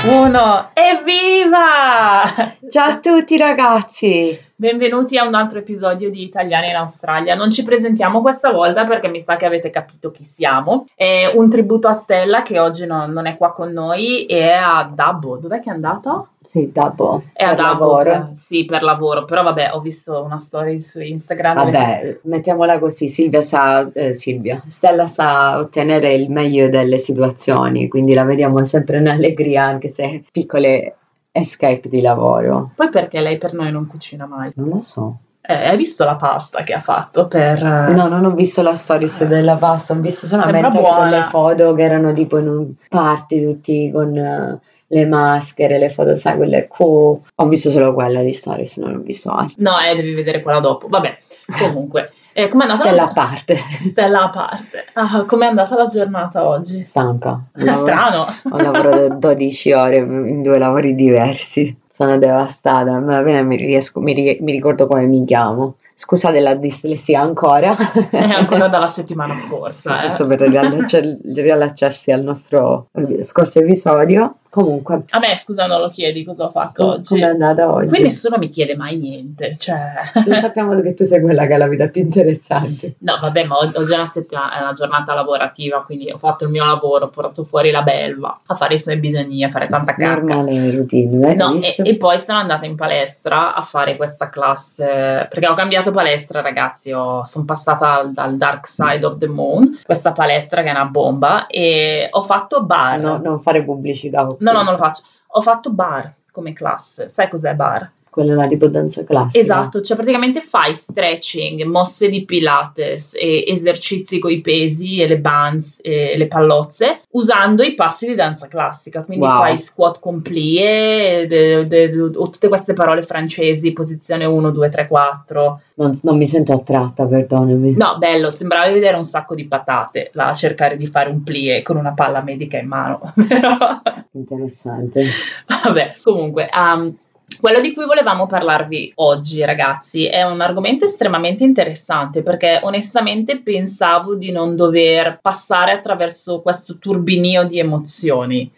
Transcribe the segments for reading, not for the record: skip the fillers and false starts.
Uno, evviva! Ciao a tutti ragazzi! Benvenuti a un altro episodio di Italiani in Australia. Non ci presentiamo questa volta perché mi sa che avete capito chi siamo. È un tributo a Stella che oggi non è qua con noi e è a Dubbo. Dov'è che è andato? Sì, Dubbo. È a Dubbo. Sì, per lavoro. Però vabbè, ho visto una story su Instagram. Vabbè, mettiamola così, Stella sa ottenere il meglio delle situazioni, quindi la vediamo sempre in allegria anche se piccole escape di lavoro. Poi perché lei per noi non cucina mai? Non lo so. Hai visto la pasta che ha fatto per... No, non ho visto la stories della pasta, ho visto solamente delle foto che erano tipo in un party tutti con le maschere, le foto, sai, quelle cool. Ho visto solo quella di stories, non ho visto altro. No, devi vedere quella dopo. Vabbè, comunque. Com'è andata Stella a parte. Stella a parte. Ah, com'è andata la giornata oggi? Stanca. Strano. Ho lavorato 12 ore in 2 lavori diversi. Sono devastata. Ma appena mi ricordo come mi chiamo. Scusate la dislessia ancora. È ancora dalla settimana scorsa. Giusto per riallacciarsi al nostro scorso episodio. Comunque. A me, scusa, non lo chiedi cosa ho fatto oggi. Come è andata oggi? Qui nessuno mi chiede mai niente. Cioè... Lo sappiamo che tu sei quella che ha la vita più interessante. No, vabbè, ma oggi è una giornata lavorativa, quindi ho fatto il mio lavoro, ho portato fuori la belva a fare i suoi bisogni, a fare tanta cacca. Normale routine, no, e poi sono andata in palestra a fare questa classe, perché ho cambiato palestra, ragazzi, sono passata dal Dark Side of the Moon, questa palestra che è una bomba, e ho fatto bar. No, non fare pubblicità. No, non lo faccio. Ho fatto bar come classe. Sai cos'è bar? Quella là tipo danza classica. Esatto, cioè praticamente fai stretching, mosse di pilates e esercizi coi pesi e le bands e le pallozze usando i passi di danza classica, quindi fai squat con plie o tutte queste parole francesi, posizione 1, 2, 3, 4. Non mi sento attratta, perdonami. No, bello, sembrava vedere un sacco di patate là a cercare di fare un plie con una palla medica in mano. Interessante. Vabbè, comunque... quello di cui volevamo parlarvi oggi, ragazzi, è un argomento estremamente interessante perché onestamente pensavo di non dover passare attraverso questo turbinio di emozioni.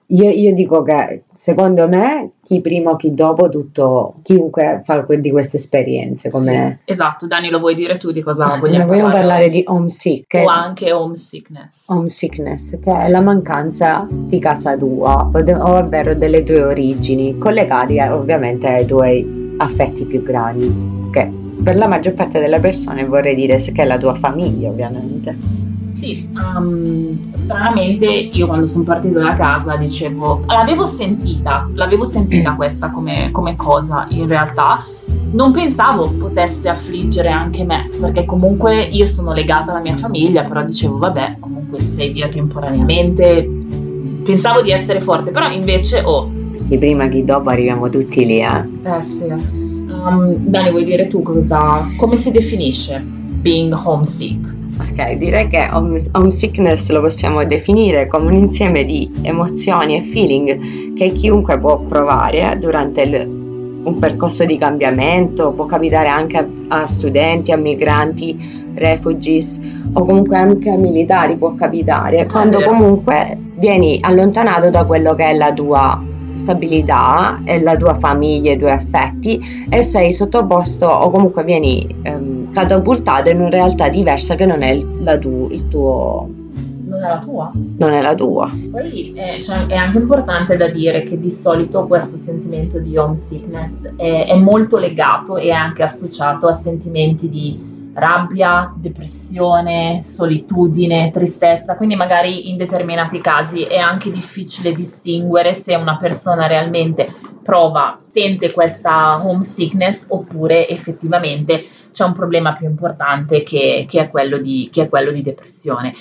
Io dico che secondo me chi prima o chi dopo chiunque fa di queste esperienze come... Sì, esatto. Dani, lo vuoi dire tu di cosa vogliamo parlare di homesick o anche homesickness. Homesickness, che è la mancanza di casa tua ovvero delle tue origini collegati ovviamente ai tuoi affetti più grandi, che per la maggior parte delle persone vorrei dire che è la tua famiglia, ovviamente. Sì, stranamente io quando sono partita da casa dicevo, l'avevo sentita questa come cosa, in realtà non pensavo potesse affliggere anche me, perché comunque io sono legata alla mia famiglia, però dicevo vabbè, comunque sei via temporaneamente, pensavo di essere forte, però invece chi prima chi dopo arriviamo tutti lì, sì. Dani, vuoi dire tu come si definisce being homesick? Ok, direi che homesickness lo possiamo definire come un insieme di emozioni e feeling che chiunque può provare durante un percorso di cambiamento. Può capitare anche a studenti, a migranti, refugees o comunque anche a militari, può capitare quando comunque vieni allontanato da quello che è la tua stabilità e la tua famiglia, i tuoi affetti, e sei sottoposto o comunque vieni catapultato in una realtà diversa che non è il tuo. Non è la tua? Non è la tua. Poi è anche importante da dire che di solito questo sentimento di homesickness è molto legato e anche associato a sentimenti di rabbia, depressione, solitudine, tristezza, quindi magari in determinati casi è anche difficile distinguere se una persona realmente sente questa homesickness oppure effettivamente c'è un problema più importante che è quello di depressione.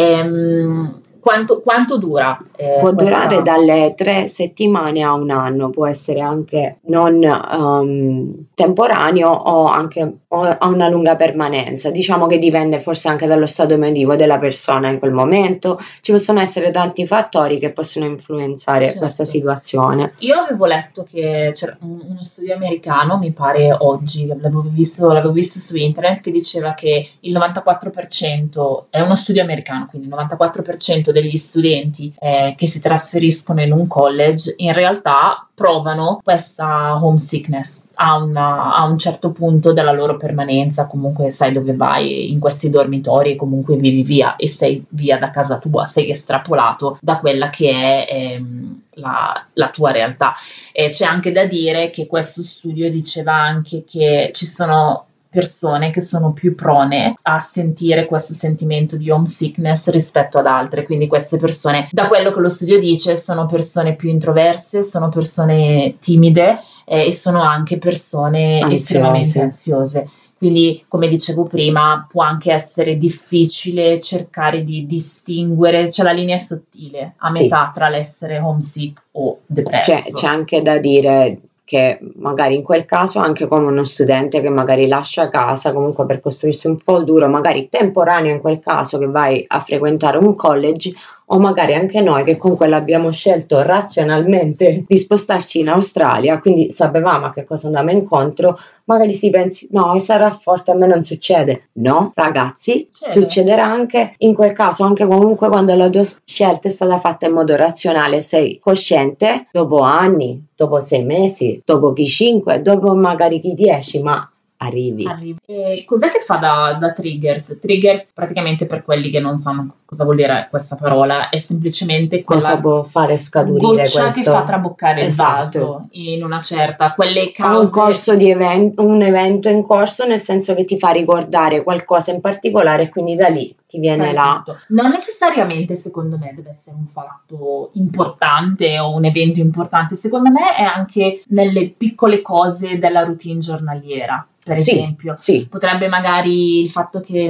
Quanto dura? Può durare dalle 3 settimane a un anno, può essere anche non temporaneo o anche a una lunga permanenza. Diciamo che dipende forse anche dallo stato emotivo della persona in quel momento. Ci possono essere tanti fattori che possono influenzare questa situazione. Io avevo letto che c'era uno studio americano, mi pare oggi, l'avevo visto su internet, che diceva che il 94%, è uno studio americano, quindi il 94% degli studenti che si trasferiscono in un college in realtà provano questa homesickness a un certo punto della loro permanenza. Comunque sai dove vai in questi dormitori e comunque vivi via e sei via da casa tua, sei estrapolato da quella che è la tua realtà. C'è anche da dire che questo studio diceva anche che ci sono persone che sono più prone a sentire questo sentimento di homesickness rispetto ad altre, quindi queste persone, da quello che lo studio dice, sono persone più introverse, sono persone timide e sono anche persone estremamente ansiose. Quindi, come dicevo prima, può anche essere difficile cercare di distinguere, cioè la linea è sottile, a metà tra l'essere homesick o depresso. C'è anche da dire che magari in quel caso anche come uno studente che magari lascia casa comunque per costruirsi un po' duro, magari temporaneo in quel caso che vai a frequentare un college, o magari anche noi che comunque l'abbiamo scelto razionalmente di spostarci in Australia, quindi sapevamo a che cosa andavamo incontro, magari si pensi no, sarà forte, a me non succede. No, ragazzi, succederà anche in quel caso, anche comunque quando la tua scelta è stata fatta in modo razionale, sei cosciente, dopo anni, dopo 6 mesi, dopo chi 5, dopo magari chi 10, ma arrivi. E cos'è che fa da triggers? Triggers, praticamente, per quelli che non sanno cosa vuol dire questa parola, è semplicemente quella cosa può fare scadurire goccia questo che fa traboccare il vaso in una certa, quelle cause. Un corso di un evento in corso, nel senso che ti fa ricordare qualcosa in particolare e quindi da lì ti viene Non necessariamente, secondo me, deve essere un fatto importante o un evento importante. Secondo me è anche nelle piccole cose della routine giornaliera. Per esempio, potrebbe magari il fatto che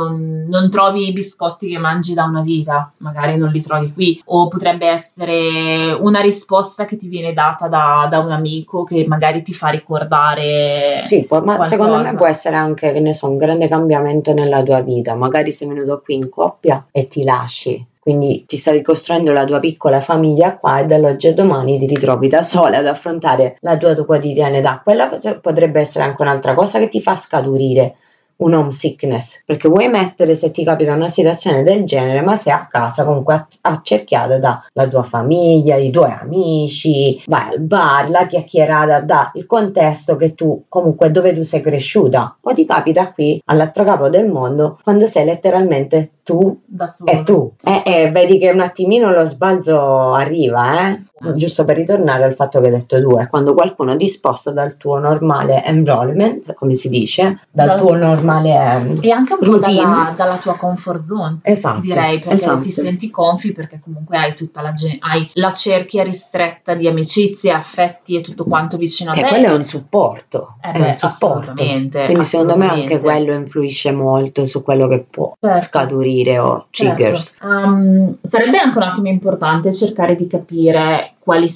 non trovi i biscotti che mangi da una vita, magari non li trovi qui, o potrebbe essere una risposta che ti viene data da un amico che magari ti fa ricordare. Sì, ma secondo me può essere anche, che ne so, un grande cambiamento nella tua vita. Magari sei venuto qui in coppia e ti lasci. Quindi ti stavi costruendo la tua piccola famiglia qua e dall'oggi a domani ti ritrovi da sola ad affrontare la tua quotidianità. Quella potrebbe essere anche un'altra cosa che ti fa scaturire un homesickness, perché vuoi mettere, se ti capita una situazione del genere, ma sei a casa comunque accerchiata dalla tua famiglia, i tuoi amici, vai al bar, la chiacchierata, il contesto che tu comunque dove tu sei cresciuta, o ti capita qui all'altro capo del mondo quando sei letteralmente tu e tu vedi che un attimino lo sbalzo arriva, giusto per ritornare al fatto che hai detto tu, è quando qualcuno ti sposta dal tuo normale enrollment, come si dice, dal tuo normale e anche un po' dalla tua comfort zone, direi, perché ti senti comfy, perché comunque hai tutta hai la cerchia ristretta di amicizie, affetti e tutto quanto vicino a te. E quello è un supporto, assolutamente. Quindi secondo me anche quello influisce molto su quello che può scaturire o triggers. Sarebbe anche un attimo importante cercare di capire quali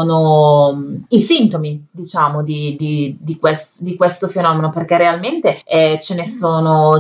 sono i sintomi, diciamo, di questo fenomeno, perché realmente ce ne sono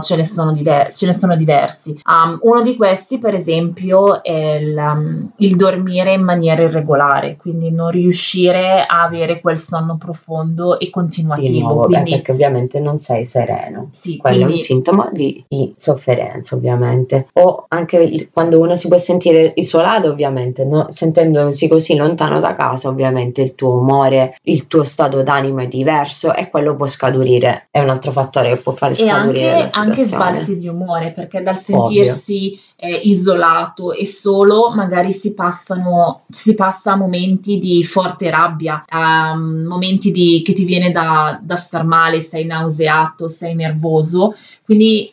diversi. Uno di questi, per esempio, è il dormire in maniera irregolare, quindi non riuscire a avere quel sonno profondo e continuativo. Di nuovo, perché ovviamente non sei sereno. Quello è un sintomo di sofferenza, ovviamente. O anche quando uno si può sentire isolato, ovviamente, sentendosi così lontano da casa, ovviamente il tuo umore, il tuo stato d'animo è diverso e quello può scaturire, è un altro fattore che può fare scaturire la situazione. Anche sbalzi di umore, perché dal sentirsi isolato e solo magari si passa a momenti di forte rabbia, a momenti che ti viene da star male, sei nauseato, sei nervoso, quindi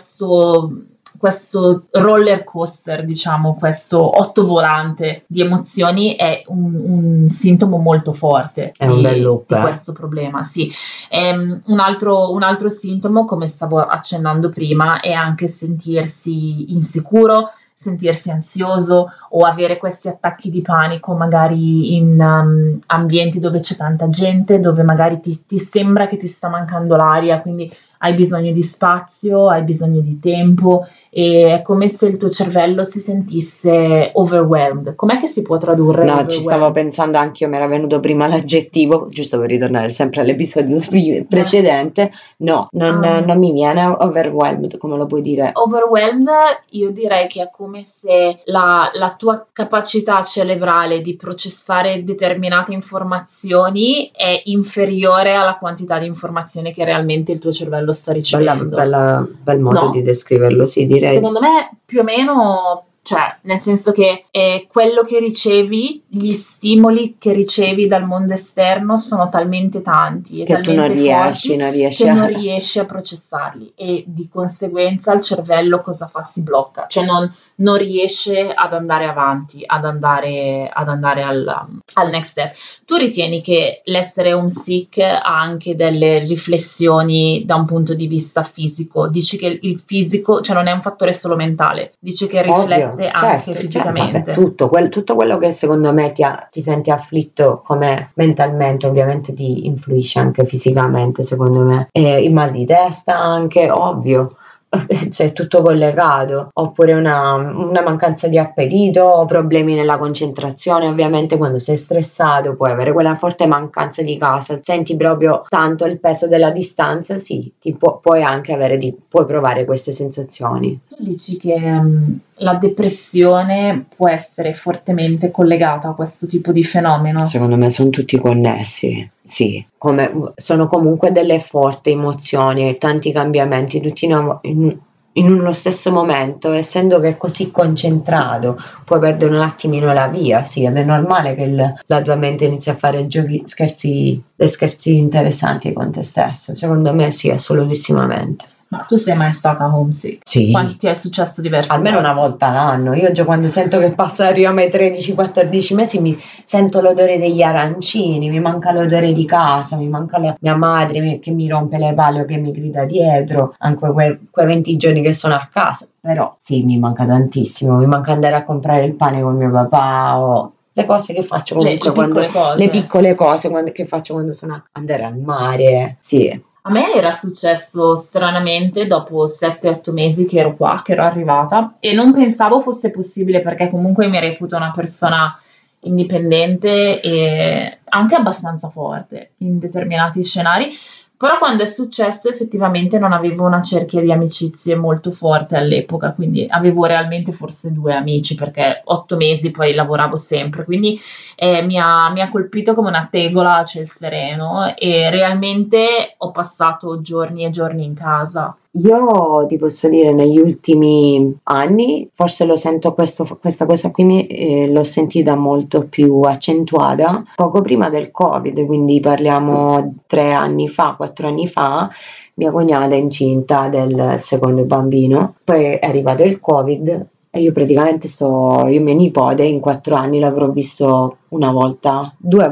questo roller coaster, diciamo, questo ottovolante di emozioni è un sintomo molto forte un bel loop, di questo problema. Sì. Un altro sintomo, come stavo accennando prima, è anche sentirsi insicuro, sentirsi ansioso o avere questi attacchi di panico magari in ambienti dove c'è tanta gente, dove magari ti sembra che ti sta mancando l'aria, quindi hai bisogno di spazio, hai bisogno di tempo e è come se il tuo cervello si sentisse overwhelmed. Com'è che si può tradurre No, overwhelmed? ci stavo pensando anch'io, mi era venuto prima l'aggettivo, giusto per ritornare sempre all'episodio precedente. No, non mi viene overwhelmed, come lo puoi dire? Overwhelmed, io direi che è come se la tua capacità cerebrale di processare determinate informazioni è inferiore alla quantità di informazioni che realmente il tuo cervello sta ricevendo. Bel modo di descriverlo, sì, direi. Secondo me più o meno, cioè, nel senso che quello che ricevi, gli stimoli che ricevi dal mondo esterno sono talmente tanti e che tu non riesci che non riesci a processarli e di conseguenza il cervello cosa fa? Si blocca, cioè non riesce ad andare avanti, ad andare al next step. Tu ritieni che l'essere homesick ha anche delle riflessioni da un punto di vista fisico? Dici che il fisico, cioè non è un fattore solo mentale, dici che riflette anche fisicamente. Vabbè, tutto quello che secondo me ti senti afflitto come mentalmente, ovviamente ti influisce anche fisicamente, secondo me. E il mal di testa anche, ovvio. C'è tutto collegato, oppure una mancanza di appetito o problemi nella concentrazione. Ovviamente quando sei stressato puoi avere quella forte mancanza di casa, senti proprio tanto il peso della distanza, sì, puoi anche puoi provare queste sensazioni. Tu dici che la depressione può essere fortemente collegata a questo tipo di fenomeno? Secondo me sono tutti connessi, sì, sono comunque delle forti emozioni e tanti cambiamenti tutti in uno stesso momento, essendo che è così concentrato, puoi perdere un attimino la via, sì, ed è normale che la tua mente inizi a fare scherzi interessanti con te stesso. Secondo me sì, assolutissimamente. Ma tu sei mai stata homesick? Sì. Quanti ti è successo diverse Almeno volte? una volta l'anno. Io già quando sento che arriviamo ai 13-14 mesi mi sento l'odore degli arancini, mi manca l'odore di casa, mi manca mia madre che mi rompe le palle o che mi grida dietro, anche quei 20 giorni che sono a casa. Però sì, mi manca tantissimo, mi manca andare a comprare il pane con mio papà o le cose che faccio comunque le piccole cose che faccio quando sono andare al mare, sì. A me era successo stranamente dopo 7-8 mesi che ero qua, che ero arrivata e non pensavo fosse possibile perché comunque mi reputo una persona indipendente e anche abbastanza forte in determinati scenari, però quando è successo effettivamente non avevo una cerchia di amicizie molto forte all'epoca, quindi avevo realmente forse 2 amici perché 8 mesi poi lavoravo sempre, quindi mi ha colpito come una tegola a ciel sereno e realmente ho passato giorni e giorni in casa. Io ti posso dire negli ultimi anni, forse lo sento questa cosa qui l'ho sentita molto più accentuata poco prima del Covid, quindi parliamo 3 anni fa, 4 anni fa, mia cognata è incinta del secondo bambino, poi è arrivato il Covid e io praticamente io mio nipote in 4 anni l'avrò visto una volta, 2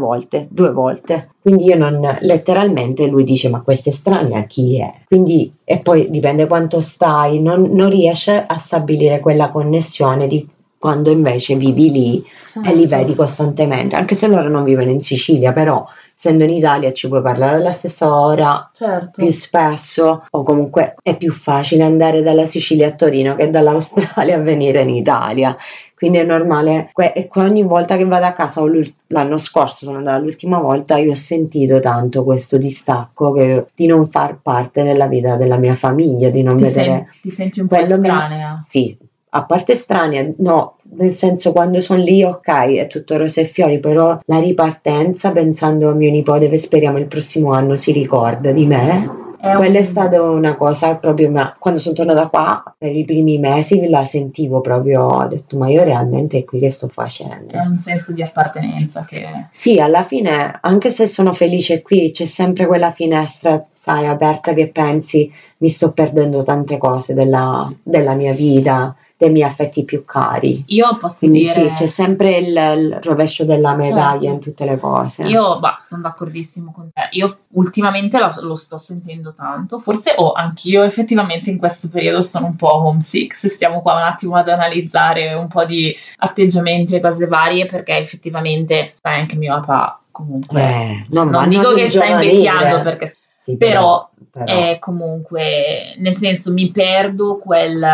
volte. Quindi io letteralmente lui dice ma questa estranea chi è? Quindi, e poi dipende quanto stai, non riesce a stabilire quella connessione di quando invece vivi lì e li vedi costantemente, anche se loro non vivono in Sicilia, però essendo in Italia ci puoi parlare alla stessa ora, più spesso, o comunque è più facile andare dalla Sicilia a Torino che dall'Australia a venire in Italia. Quindi è normale, e ogni volta che vado a casa, l'anno scorso sono andata l'ultima volta, io ho sentito tanto questo distacco di non far parte della vita della mia famiglia, di non vedere... Ti senti un po' estranea? Sì, a parte estranea, no, nel senso quando sono lì ok, è tutto rose e fiori, però la ripartenza pensando a mio nipote, speriamo il prossimo anno si ricorda di me. Quella è stata una cosa proprio, ma quando sono tornata qua per i primi mesi la sentivo proprio, ho detto ma io realmente è qui che sto facendo. È un senso di appartenenza che... Sì, alla fine, anche se sono felice qui, c'è sempre quella finestra, sai, aperta che pensi mi sto perdendo tante cose della mia vita, dei miei affetti più cari. Io posso Quindi dire... sì, c'è sempre il rovescio della medaglia in tutte le cose. Io sono d'accordissimo con te. Io ultimamente lo sto sentendo tanto. Forse anch'io effettivamente in questo periodo sono un po' homesick, se stiamo qua un attimo ad analizzare un po' di atteggiamenti e cose varie, perché effettivamente sai, anche mio papà comunque... non dico che sta invecchiando perché Sì, però però. è comunque, nel senso, mi perdo quel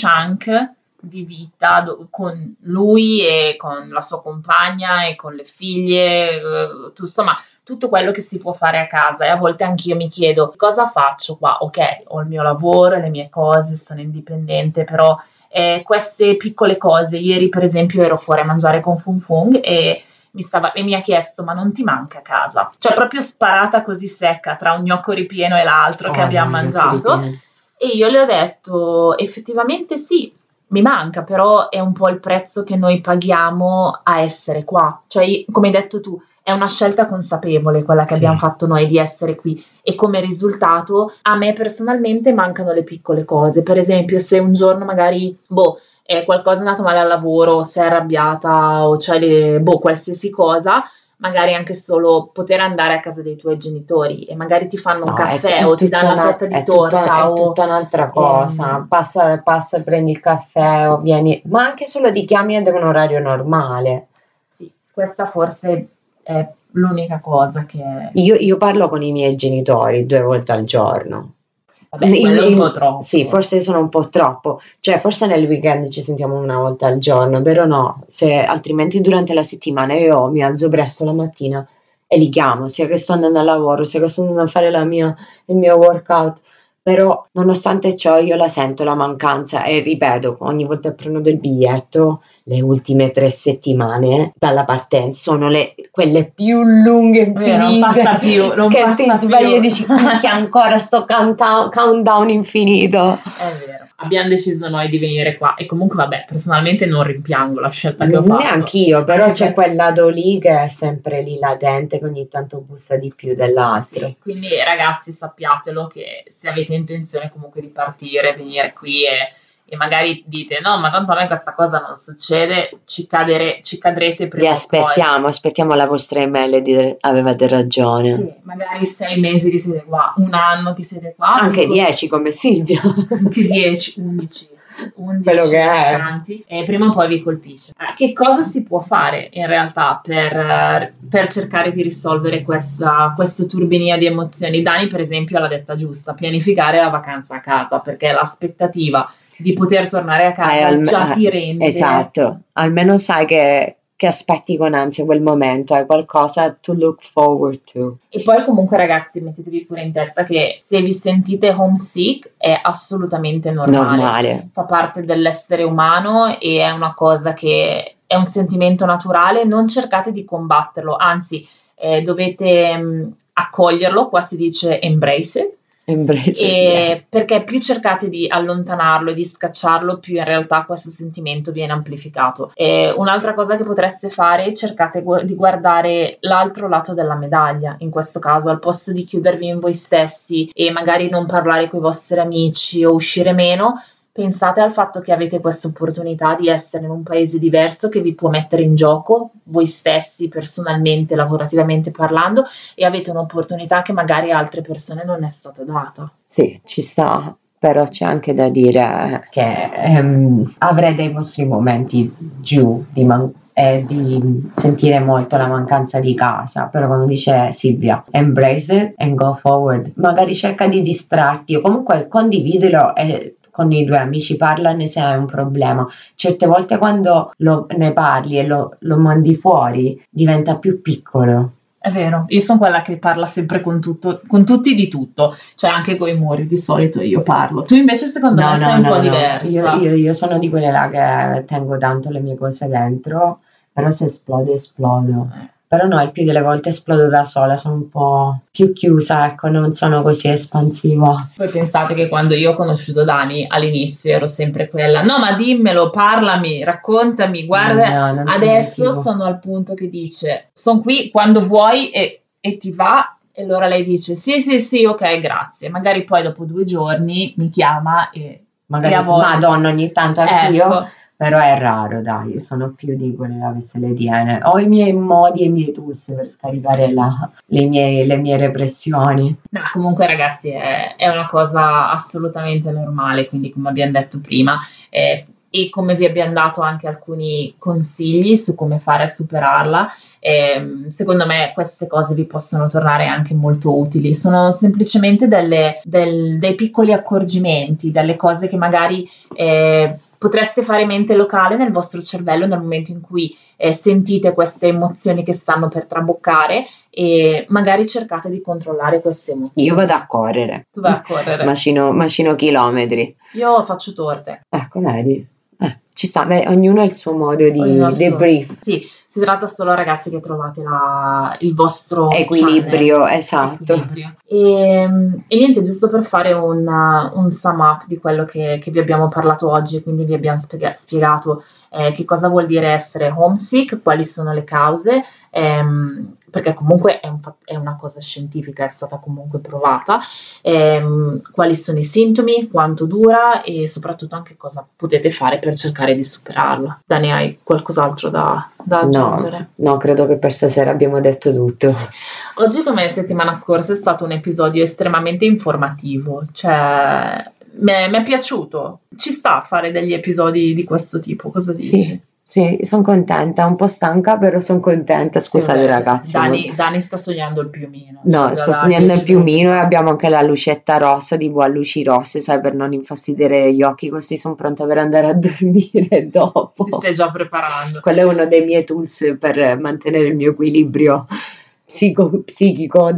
chunk di vita con lui e con la sua compagna e con le figlie, insomma, tutto quello che si può fare a casa, e a volte anch'io mi chiedo cosa faccio qua. Ok, ho il mio lavoro, le mie cose, sono indipendente, però queste piccole cose, ieri per esempio ero fuori a mangiare con Fung Fung e mi ha chiesto: ma non ti manca casa? Cioè proprio sparata così secca tra un gnocco ripieno e l'altro che abbiamo mangiato, e io le ho detto effettivamente sì, mi manca, però è un po' il prezzo che noi paghiamo a essere qua, cioè come hai detto tu, è una scelta consapevole quella che abbiamo fatto noi di essere qui, e come risultato a me personalmente mancano le piccole cose. Per esempio, se un giorno magari qualcosa è andato male al lavoro, sei arrabbiata o c'è qualsiasi cosa, magari anche solo poter andare a casa dei tuoi genitori e magari ti fanno un caffè o ti danno una fetta di torta. È tutta un'altra cosa. Passa, prendi il caffè o vieni, ma anche solo ti chiami ad un orario normale. Sì, questa forse è l'unica cosa che... Io parlo con i miei genitori 2 volte al giorno. Vabbè, quello è un po' troppo. Sì, forse sono un po' troppo. Cioè, forse nel weekend ci sentiamo una volta al giorno, però no, se altrimenti durante la settimana io mi alzo presto la mattina e li chiamo, sia che sto andando al lavoro, sia che sto andando a fare il mio workout. Però, nonostante ciò, io la sento la mancanza e ripeto, ogni volta che prendo il biglietto, le ultime 3 settimane dalla partenza sono quelle più lunghe infinite. Non passa più, che ti svegli e dici che ancora sto countdown infinito. È vero. Abbiamo deciso noi di venire qua e comunque vabbè, personalmente non rimpiango la scelta che ho fatto. Neanch'io, però c'è quel lato lì che è sempre lì latente, che ogni tanto bussa di più dell'altro. Sì, quindi ragazzi sappiatelo che se avete intenzione comunque di partire, venire qui e magari dite no, ma tanto a me questa cosa non succede, ci cadrete prima. Vi aspettiamo la vostra email e dire avevate ragione. Sì, magari 6 mesi che siete qua, 1 anno che siete qua. Anche 10 come Silvia. Anche 10, 11 quello che è. E prima o poi vi colpisce. Che cosa si può fare in realtà per cercare di risolvere questo turbinio di emozioni? Dani per esempio l'ha detta giusta: pianificare la vacanza a casa, perché l'aspettativa di poter tornare a casa già ti rende... Esatto, almeno sai che aspetti con ansia quel momento, hai qualcosa to look forward to. E poi comunque ragazzi, mettetevi pure in testa che se vi sentite homesick è assolutamente normale. Fa parte dell'essere umano e è una cosa che è un sentimento naturale. Non cercate di combatterlo, anzi dovete accoglierlo. Qua si dice embrace it. Perché più cercate di allontanarlo e di scacciarlo, più in realtà questo sentimento viene amplificato. Un'altra cosa che potreste fare: cercate di guardare l'altro lato della medaglia. In questo caso, al posto di chiudervi in voi stessi e magari non parlare con i vostri amici o uscire meno, pensate al fatto che avete questa opportunità di essere in un paese diverso che vi può mettere in gioco voi stessi personalmente, lavorativamente parlando, e avete un'opportunità che magari a altre persone non è stata data. Sì, ci sta, però c'è anche da dire che avrete i vostri momenti giù di sentire molto la mancanza di casa, però come dice Silvia, embrace it and go forward. Magari cerca di distrarti o comunque condividilo e con i tuoi amici parlane se hai un problema. Certe volte quando ne parli e lo mandi fuori diventa più piccolo. È vero, io sono quella che parla sempre con tutti di tutto, cioè anche con i muri di solito io parlo. Tu invece secondo me sei un po' diversa. Io sono di quelle là che tengo tanto le mie cose dentro, però se esplodo. Però no, il più delle volte esplodo da sola, sono un po' più chiusa, ecco, non sono così espansiva. Voi pensate che quando io ho conosciuto Dani all'inizio ero sempre quella: no, ma dimmelo, parlami, raccontami, guarda, no, adesso sono al punto che dice: sono qui quando vuoi e ti va. E allora lei dice sì, ok, grazie. Magari poi dopo 2 giorni mi chiama e magari Madonna, ogni tanto anch'io. Però è raro, dai, io sono più di quella che se le tiene. Ho i miei modi e i miei tools per scaricare le mie repressioni. No, comunque ragazzi è una cosa assolutamente normale, quindi come abbiamo detto prima, e come vi abbiamo dato anche alcuni consigli su come fare a superarla. Secondo me queste cose vi possono tornare anche molto utili, sono semplicemente dei piccoli accorgimenti, delle cose che magari potreste fare mente locale nel vostro cervello nel momento in cui sentite queste emozioni che stanno per traboccare, e magari cercate di controllare queste emozioni. Io vado a correre. Tu vai a correre. Macino chilometri. Io faccio torte. Ecco, vedi? Ci sta, ognuno ha il suo modo di debrief. Sì, si tratta solo, ragazzi, che trovate il vostro equilibrio, channel, esatto. Equilibrio. E niente, giusto per fare un sum up di quello che vi abbiamo parlato oggi, quindi vi abbiamo spiegato che cosa vuol dire essere homesick, quali sono le cause, perché comunque è una cosa scientifica, è stata comunque provata, quali sono i sintomi, quanto dura e soprattutto anche cosa potete fare per cercare di superarlo. Dani, hai qualcos'altro da aggiungere? No, credo che per stasera abbiamo detto tutto. Oggi, come settimana scorsa, è stato un episodio estremamente informativo, cioè mi è piaciuto, ci sta a fare degli episodi di questo tipo, cosa dici? Sì, sono contenta, un po' stanca, però sono contenta. Scusate, ragazzi. Dani sta sognando il piumino. No, sto sognando il piumino, e abbiamo anche la lucetta rossa di Bois Luci Rosse, sai, per non infastidire gli occhi, così sono pronta per andare a dormire dopo. Ti stai già preparando. Quello è uno dei miei tools per mantenere il mio equilibrio psichico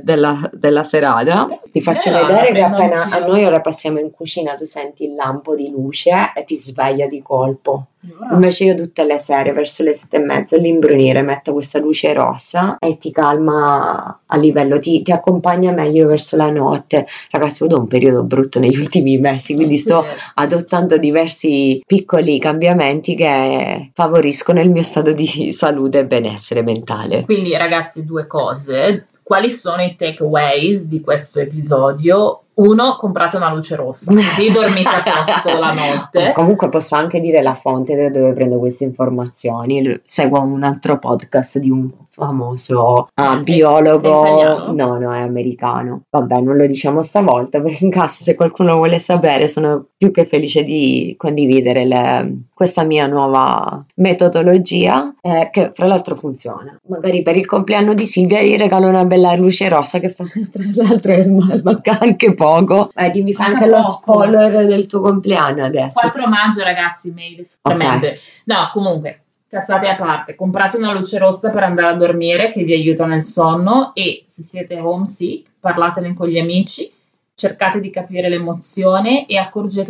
della serata. Ti faccio vedere che appena a noi ora passiamo in cucina, tu senti il lampo di luce e ti sveglia di colpo. Invece io tutte le sere verso le 7:30 all'imbrunire metto questa luce rossa e ti calma a livello, ti accompagna meglio verso la notte. Ragazzi, ho avuto un periodo brutto negli ultimi mesi, quindi sto adottando diversi piccoli cambiamenti che favoriscono il mio stato di salute e benessere mentale. Quindi, ragazzi, due cose. Quali sono i takeaways di questo episodio? Uno, comprate una luce rossa, così dormite a posto la notte. Comunque posso anche dire la fonte da dove prendo queste informazioni. Seguo un altro podcast di un famoso biologo. È italiano? No, è americano. Vabbè, non lo diciamo stavolta, perché in caso se qualcuno vuole sapere sono più che felice di condividere questa mia nuova metodologia, che fra l'altro funziona. Magari per il compleanno di Silvia gli regalo una bella luce rossa che fra l'altro manca anche poco. Dimmi, fai anche lo spoiler del tuo compleanno adesso. 4 maggio, ragazzi, mail tremende. Okay. No, comunque, cazzate a parte, comprate una luce rossa per andare a dormire che vi aiuta nel sonno, e se siete homesick parlatene con gli amici, cercate di capire l'emozione e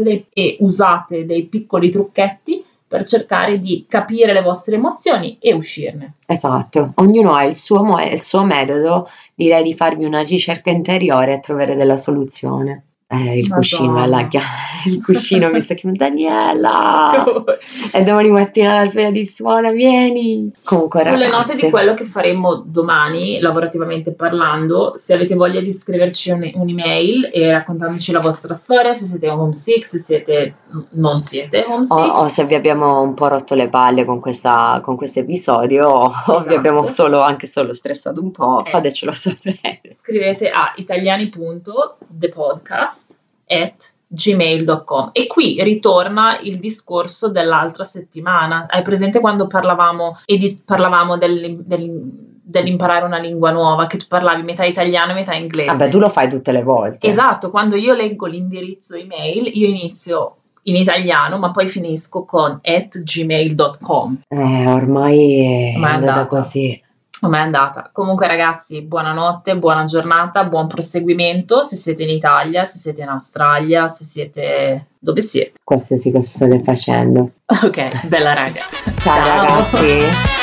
e usate dei piccoli trucchetti per cercare di capire le vostre emozioni e uscirne. Esatto, ognuno ha il suo metodo. Direi di farvi una ricerca interiore e trovare della soluzione. Il cuscino il cuscino mi sta chiamando Daniela e domani mattina la sveglia di suona, vieni. Comunque, sulle note di quello che faremo domani, lavorativamente parlando, se avete voglia di scriverci un'email e raccontandoci la vostra storia, se siete homesick, se non siete homesick, o se vi abbiamo un po' rotto le palle con questo episodio, o vi abbiamo solo stressato un po', fatecelo sapere. Scrivete a italiani.thepodcast@gmail.com e qui ritorna il discorso dell'altra settimana. Hai presente quando parlavamo dell'imparare una lingua nuova, che tu parlavi metà italiano e metà inglese? Vabbè, tu lo fai tutte le volte. Esatto, quando io leggo l'indirizzo email io inizio in italiano ma poi finisco con @gmail.com. Ormai è andata così. Com'è andata? Comunque, ragazzi, buonanotte, buona giornata, buon proseguimento se siete in Italia, se siete in Australia, se siete dove siete. Qualsiasi cosa state facendo. Ok, bella raga. Ciao. Ragazzi.